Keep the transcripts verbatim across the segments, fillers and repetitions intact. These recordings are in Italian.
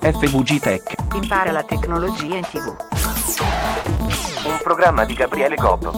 F V G Tech. Impara la tecnologia in tivù. Un programma di Gabriele Gobbo.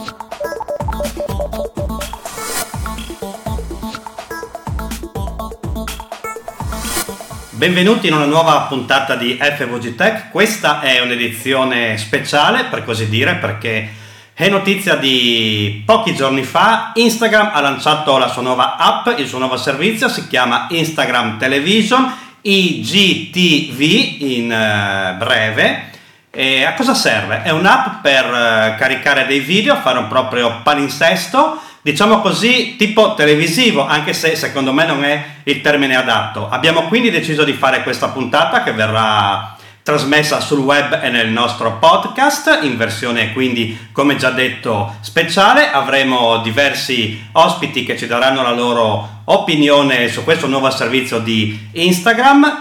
Benvenuti in una nuova puntata di F V G Tech. Questa è un'edizione speciale, per così dire, perché è notizia di pochi giorni fa. Instagram ha lanciato la sua nuova app, il suo nuovo servizio si chiama Instagram Television, I G T V in uh, breve. E a cosa serve? È un'app per uh, caricare dei video, fare un proprio palinsesto, diciamo così, tipo televisivo, anche se secondo me non è il termine adatto. Abbiamo quindi deciso di fare questa puntata che verrà trasmessa sul web e nel nostro podcast, in versione quindi, come già detto, speciale. Avremo diversi ospiti che ci daranno la loro opinione su questo nuovo servizio di Instagram.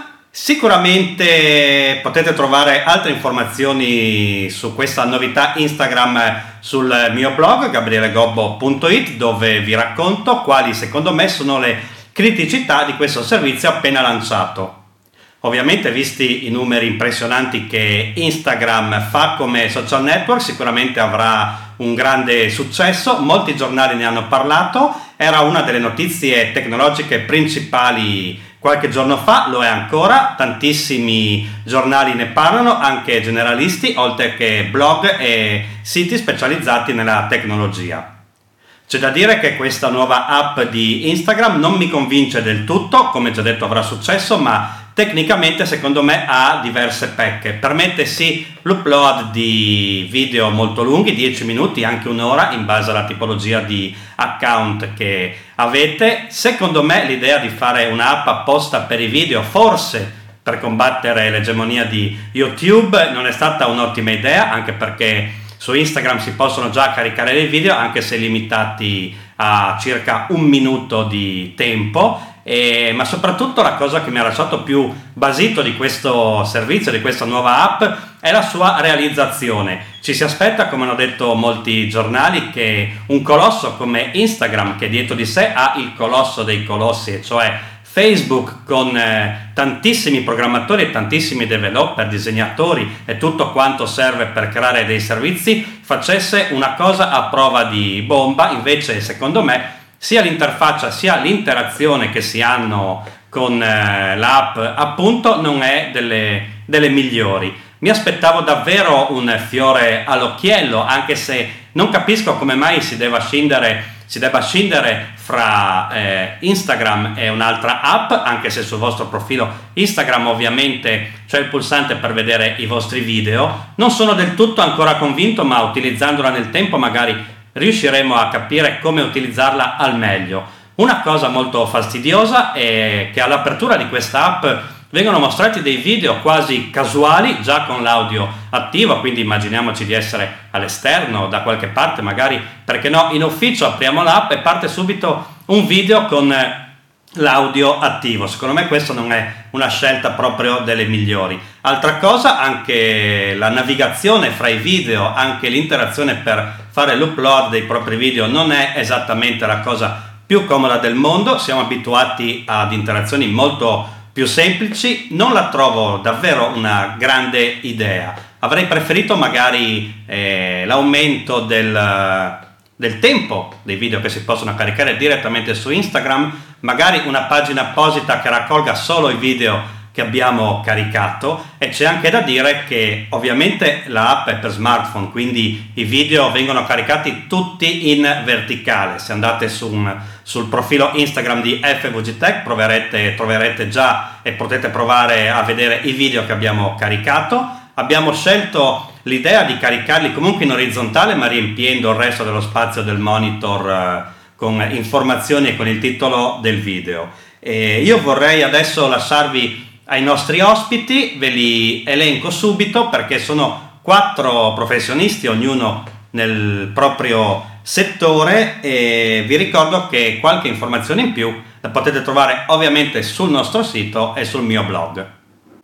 Sicuramente potete trovare altre informazioni su questa novità Instagram sul mio blog gabriele gobbo punto it, dove vi racconto quali secondo me sono le criticità di questo servizio appena lanciato. Ovviamente, visti i numeri impressionanti che Instagram fa come social network, sicuramente avrà un grande successo. Molti giornali ne hanno parlato, era una delle notizie tecnologiche principali qualche giorno fa, lo è ancora, tantissimi giornali ne parlano, anche generalisti, oltre che blog e siti specializzati nella tecnologia. C'è da dire che questa nuova app di Instagram non mi convince del tutto, come già detto avrà successo, ma tecnicamente secondo me ha diverse pecche. Permette sì l'upload di video molto lunghi, dieci minuti, anche un'ora, in base alla tipologia di account che avete. Secondo me l'idea di fare un'app apposta per i video, forse per combattere l'egemonia di YouTube, non è stata un'ottima idea, anche perché su Instagram si possono già caricare dei video, anche se limitati a circa un minuto di tempo. E, ma soprattutto la cosa che mi ha lasciato più basito di questo servizio, di questa nuova app, è la sua realizzazione. Ci si aspetta, come hanno detto molti giornali, che un colosso come Instagram, che dietro di sé ha il colosso dei colossi, e cioè Facebook, con eh, tantissimi programmatori e tantissimi developer, disegnatori e tutto quanto serve per creare dei servizi, facesse una cosa a prova di bomba. Invece, secondo me, sia l'interfaccia sia l'interazione che si hanno con eh, l'app, appunto, non è delle, delle migliori. Mi aspettavo davvero un fiore all'occhiello, anche se non capisco come mai si debba scindere, si debba scindere fra eh, Instagram e un'altra app, anche se sul vostro profilo Instagram ovviamente c'è il pulsante per vedere i vostri video. Non sono del tutto ancora convinto, ma utilizzandola nel tempo magari riusciremo a capire come utilizzarla al meglio. Una cosa molto fastidiosa è che all'apertura di questa app vengono mostrati dei video quasi casuali, già con l'audio attivo, quindi immaginiamoci di essere all'esterno, da qualche parte, magari, perché no, in ufficio apriamo l'app e parte subito un video con l'audio attivo. Secondo me questa non è una scelta proprio delle migliori. Altra cosa, anche la navigazione fra i video, anche l'interazione per fare l'upload dei propri video non è esattamente la cosa più comoda del mondo. Siamo abituati ad interazioni molto più semplici. Non la trovo davvero una grande idea. Avrei preferito magari eh, l'aumento del del tempo dei video che si possono caricare direttamente su Instagram, magari una pagina apposita che raccolga solo i video che abbiamo caricato. E c'è anche da dire che ovviamente la app è per smartphone, quindi i video vengono caricati tutti in verticale. Se andate su un, sul profilo Instagram di F V G Tech proverete, troverete già e potete provare a vedere i video che abbiamo caricato. Abbiamo scelto l'idea di caricarli comunque in orizzontale, ma riempiendo il resto dello spazio del monitor eh, con informazioni e con il titolo del video. E io vorrei adesso lasciarvi ai nostri ospiti, ve li elenco subito perché sono quattro professionisti, ognuno nel proprio settore, e vi ricordo che qualche informazione in più la potete trovare ovviamente sul nostro sito e sul mio blog.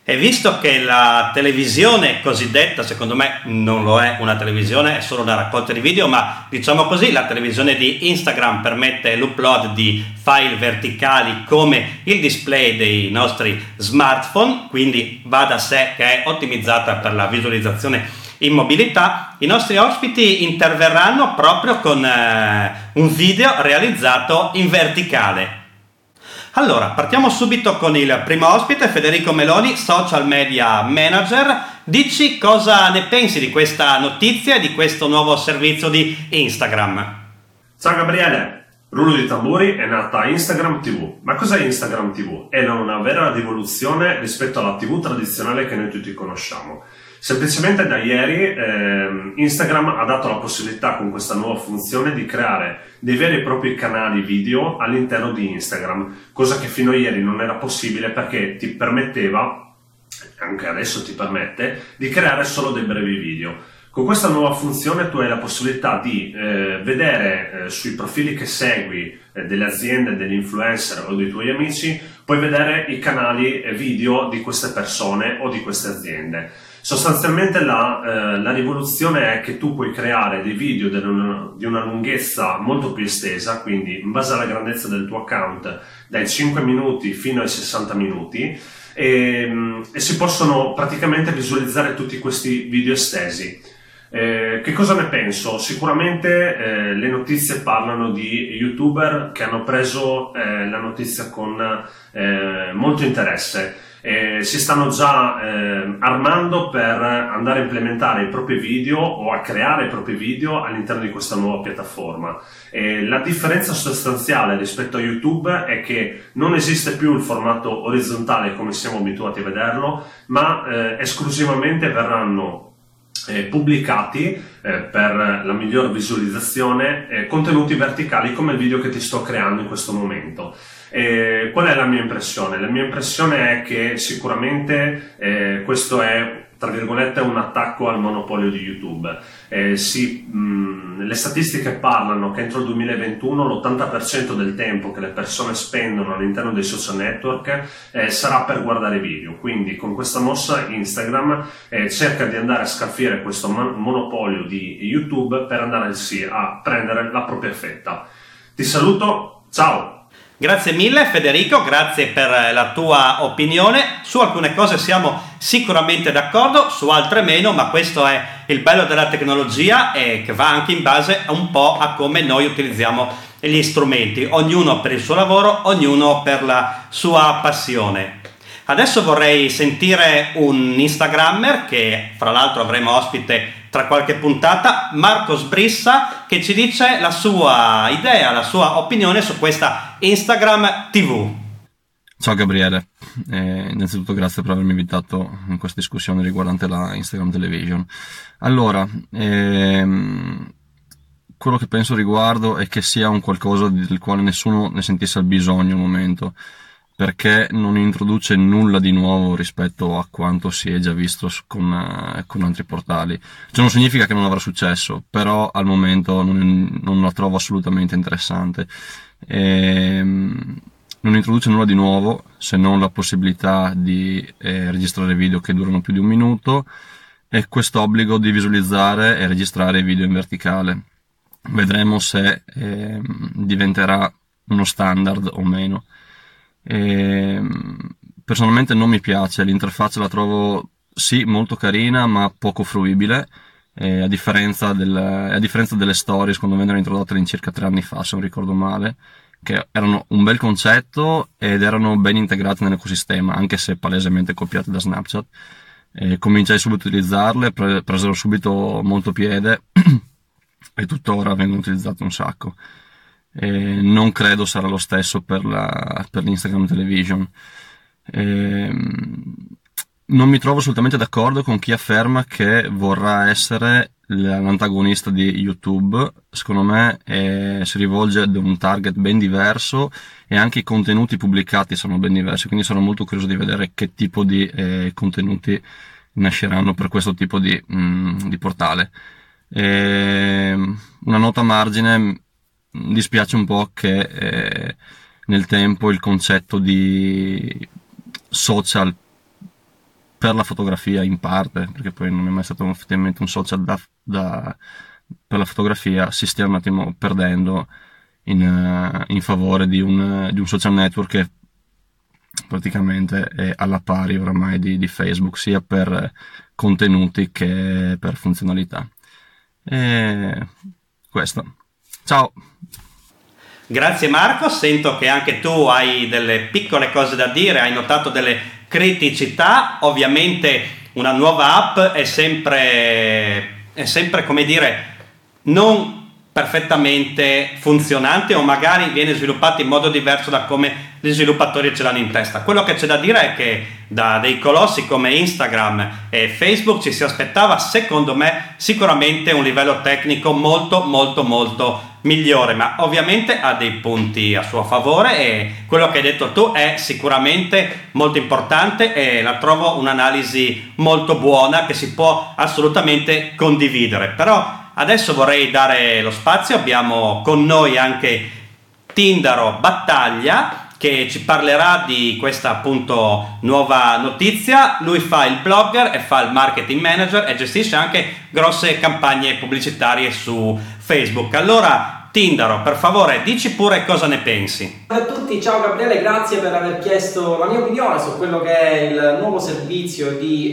E visto che la televisione cosiddetta, secondo me non lo è una televisione, è solo una raccolta di video, ma diciamo così, la televisione di Instagram permette l'upload di file verticali come il display dei nostri smartphone, quindi va da sé che è ottimizzata per la visualizzazione in mobilità. I nostri ospiti interverranno proprio con eh, un video realizzato in verticale. Allora, partiamo subito con il primo ospite, Federico Meloni, social media manager. Dici cosa ne pensi di questa notizia e di questo nuovo servizio di Instagram. Ciao Gabriele, rullo di tamburi, è nata Instagram ti vu. Ma cos'è Instagram ti vu? È una vera rivoluzione rispetto alla ti vu tradizionale che noi tutti conosciamo. Semplicemente da ieri eh, Instagram ha dato la possibilità con questa nuova funzione di creare dei veri e propri canali video all'interno di Instagram, cosa che fino a ieri non era possibile perché ti permetteva, anche adesso ti permette, di creare solo dei brevi video. Con questa nuova funzione tu hai la possibilità di eh, vedere eh, sui profili che segui eh, delle aziende, degli influencer o dei tuoi amici, puoi vedere i canali eh, video di queste persone o di queste aziende. Sostanzialmente la, eh, la rivoluzione è che tu puoi creare dei video una, di una lunghezza molto più estesa, quindi in base alla grandezza del tuo account, dai cinque minuti fino ai sessanta minuti, e, e si possono praticamente visualizzare tutti questi video estesi. Eh, che cosa ne penso? Sicuramente eh, le notizie parlano di youtuber che hanno preso eh, la notizia con eh, molto interesse. Eh, si stanno già eh, armando per andare a implementare i propri video o a creare i propri video all'interno di questa nuova piattaforma. Eh, la differenza sostanziale rispetto a YouTube è che non esiste più il formato orizzontale come siamo abituati a vederlo, ma eh, esclusivamente verranno Eh, pubblicati eh, per la miglior visualizzazione eh, contenuti verticali come il video che ti sto creando in questo momento. Eh, qual è la mia impressione? La mia impressione è che sicuramente eh, questo è, tra virgolette, un attacco al monopolio di YouTube. Eh, si, mh, le statistiche parlano che entro il duemilaventuno l'ottanta per cento del tempo che le persone spendono all'interno dei social network eh, sarà per guardare video. Quindi con questa mossa Instagram eh, cerca di andare a scalfire questo man- monopolio di YouTube per andare sì, a prendere la propria fetta. Ti saluto, ciao! Grazie mille Federico, grazie per la tua opinione. Su alcune cose siamo sicuramente d'accordo, su altre meno, ma questo è il bello della tecnologia e che va anche in base un po' a come noi utilizziamo gli strumenti, ognuno per il suo lavoro, ognuno per la sua passione. Adesso vorrei sentire un Instagrammer che fra l'altro avremo ospite tra qualche puntata, Marco Sbrissa, che ci dice la sua idea, la sua opinione su questa Instagram ti vu. Ciao Gabriele, eh, innanzitutto grazie per avermi invitato in questa discussione riguardante la Instagram Television. Allora, ehm, quello che penso riguardo è che sia un qualcosa del quale nessuno ne sentisse il bisogno al momento, perché non introduce nulla di nuovo rispetto a quanto si è già visto con, uh, con altri portali. Ciò non significa che non avrà successo, però al momento non, non la trovo assolutamente interessante. E, non introduce nulla di nuovo, se non la possibilità di eh, registrare video che durano più di un minuto e quest'obbligo di visualizzare e registrare video in verticale. Vedremo se eh, diventerà uno standard o meno. E, personalmente non mi piace, l'interfaccia la trovo sì molto carina ma poco fruibile, e a, differenza del, a differenza delle stories quando vennero introdotte all'incirca tre anni fa, se non ricordo male, che erano un bel concetto ed erano ben integrate nell'ecosistema, anche se palesemente copiate da Snapchat. E cominciai subito a utilizzarle, pre- presero subito molto piede e tuttora vengono utilizzate un sacco. E non credo sarà lo stesso per, la, per l'Instagram Television. E non mi trovo assolutamente d'accordo con chi afferma che vorrà essere l'antagonista di YouTube. Secondo me eh, si rivolge ad un target ben diverso e anche i contenuti pubblicati sono ben diversi, quindi sono molto curioso di vedere che tipo di eh, contenuti nasceranno per questo tipo di, mh, di portale. E una nota a margine: mi dispiace un po' che eh, nel tempo il concetto di social per la fotografia in parte, perché poi non è mai stato effettivamente un social da, da, per la fotografia, si stia un attimo perdendo in, uh, in favore di un, di un social network che praticamente è alla pari oramai di, di Facebook, sia per contenuti che per funzionalità. E questo. Ciao! Grazie Marco, sento che anche tu hai delle piccole cose da dire, hai notato delle criticità. Ovviamente una nuova app è sempre, è sempre come dire, non perfettamente funzionante, o magari viene sviluppata in modo diverso da come gli sviluppatori ce l'hanno in testa. Quello che c'è da dire è che da dei colossi come Instagram e Facebook ci si aspettava, secondo me, sicuramente un livello tecnico molto molto molto migliore, ma ovviamente ha dei punti a suo favore, e quello che hai detto tu è sicuramente molto importante e la trovo un'analisi molto buona che si può assolutamente condividere. Però adesso vorrei dare lo spazio, abbiamo con noi anche Tindaro Battaglia che ci parlerà di questa appunto nuova notizia. Lui fa il blogger e fa il marketing manager e gestisce anche grosse campagne pubblicitarie su Facebook. Allora Tindaro, per favore, dici pure cosa ne pensi. Ciao a tutti, ciao Gabriele, grazie per aver chiesto la mia opinione su quello che è il nuovo servizio di,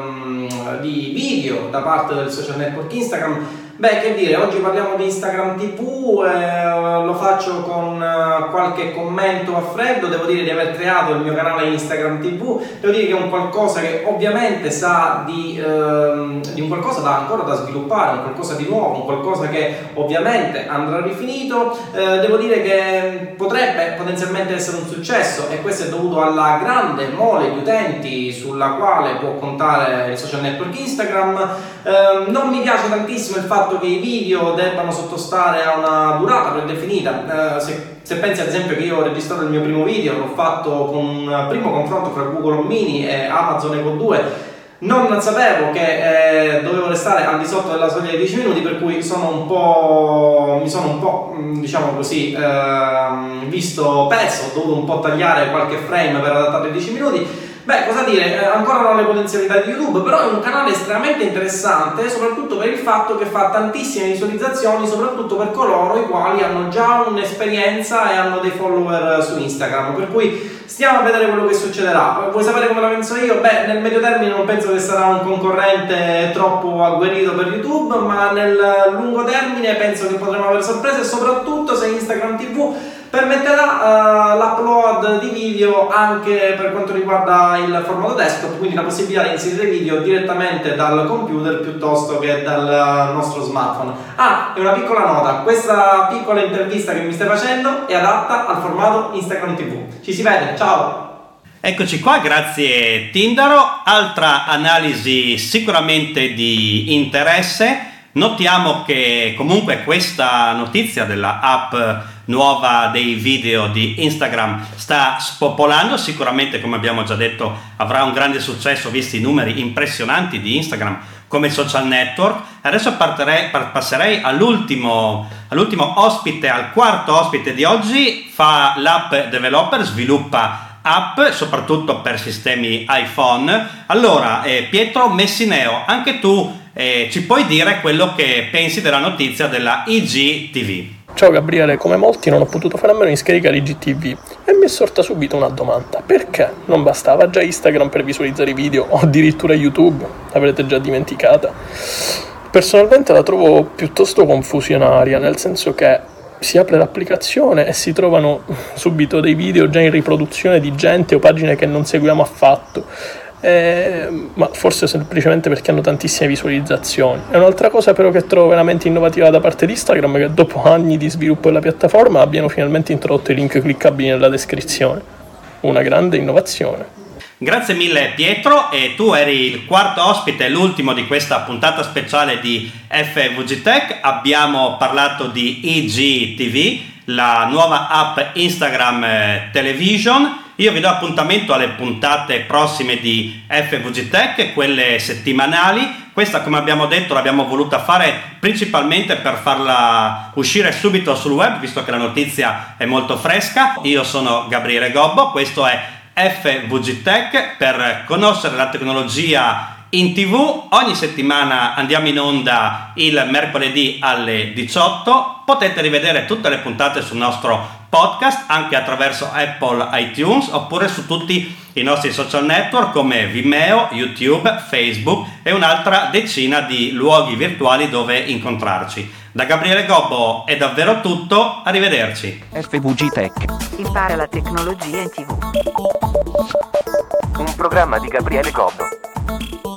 um, di video da parte del social network Instagram. Beh, che dire, oggi parliamo di Instagram ti vu, eh, lo faccio con uh, qualche commento a freddo. Devo dire di aver creato il mio canale Instagram ti vu, devo dire che è un qualcosa che ovviamente sa di, uh, di un qualcosa da ancora da sviluppare, un qualcosa di nuovo, un qualcosa che ovviamente andrà rifinito. Eh, devo dire che potrebbe potenzialmente essere un successo, e questo è dovuto alla grande mole di utenti sulla quale può contare il social network Instagram. Eh, non mi piace tantissimo il fatto che i video debbano sottostare a una durata predefinita. Eh, se, se pensi ad esempio che io ho registrato il mio primo video, l'ho fatto con un primo confronto fra Google Home Mini e Amazon Echo due, non sapevo che eh, dovevo restare al di sotto della soglia dei dieci minuti, per cui sono un po', mi sono un po', diciamo così, eh, visto perso, ho dovuto un po' tagliare qualche frame per adattare ai dieci minuti. Beh, cosa dire, eh, ancora non ho le potenzialità di YouTube, però è un canale estremamente interessante, soprattutto per il fatto che fa tantissime visualizzazioni, soprattutto per coloro i quali hanno già un'esperienza e hanno dei follower su Instagram, per cui stiamo a vedere quello che succederà. Vuoi sapere come la penso io? Beh, nel medio termine non penso che sarà un concorrente troppo agguerrito per YouTube, ma nel lungo termine penso che potremo avere sorprese, soprattutto se Instagram ti vu permetterà uh, l'upload di video anche per quanto riguarda il formato desktop, quindi la possibilità di inserire video direttamente dal computer piuttosto che dal nostro smartphone. Ah, e una piccola nota, questa piccola intervista che mi stai facendo è adatta al formato Instagram ti vu. Ci si vede, ciao! Eccoci qua, grazie Tindaro. Altra analisi sicuramente di interesse. Notiamo che comunque questa notizia della app nuova dei video di Instagram sta spopolando, sicuramente come abbiamo già detto avrà un grande successo visti i numeri impressionanti di Instagram come social network. Adesso parterei, passerei all'ultimo, all'ultimo ospite, al quarto ospite di oggi. Fa l'app developer, sviluppa app soprattutto per sistemi iPhone. Allora eh, Pietro Messineo, anche tu eh, ci puoi dire quello che pensi della notizia della I G T V? Ciao Gabriele, come molti non ho potuto fare a meno di scaricare I G T V e mi è sorta subito una domanda: perché non bastava già Instagram per visualizzare i video o addirittura YouTube? L'avrete già dimenticata? Personalmente la trovo piuttosto confusionaria, nel senso che si apre l'applicazione e si trovano subito dei video già in riproduzione di gente o pagine che non seguiamo affatto. Eh, ma forse semplicemente perché hanno tantissime visualizzazioni. E un'altra cosa però che trovo veramente innovativa da parte di Instagram è che dopo anni di sviluppo della piattaforma abbiano finalmente introdotto i link cliccabili nella descrizione. Una grande innovazione. Grazie mille Pietro, e tu eri il quarto ospite, l'ultimo di questa puntata speciale di F V G Tech. Abbiamo parlato di I G T V, la nuova app Instagram Television. Io vi do appuntamento alle puntate prossime di F V G Tech, quelle settimanali. Questa, come abbiamo detto, l'abbiamo voluta fare principalmente per farla uscire subito sul web, visto che la notizia è molto fresca. Io sono Gabriele Gobbo, questo è F V G Tech per conoscere la tecnologia in tv. Ogni settimana andiamo in onda il mercoledì alle diciotto. Potete rivedere tutte le puntate sul nostro podcast anche attraverso Apple iTunes oppure su tutti i nostri social network come Vimeo, YouTube, Facebook e un'altra decina di luoghi virtuali dove incontrarci. Da Gabriele Gobbo è davvero tutto, arrivederci. F V G Tech, Impara la tecnologia in tv. un programma di Gabriele Gobbo.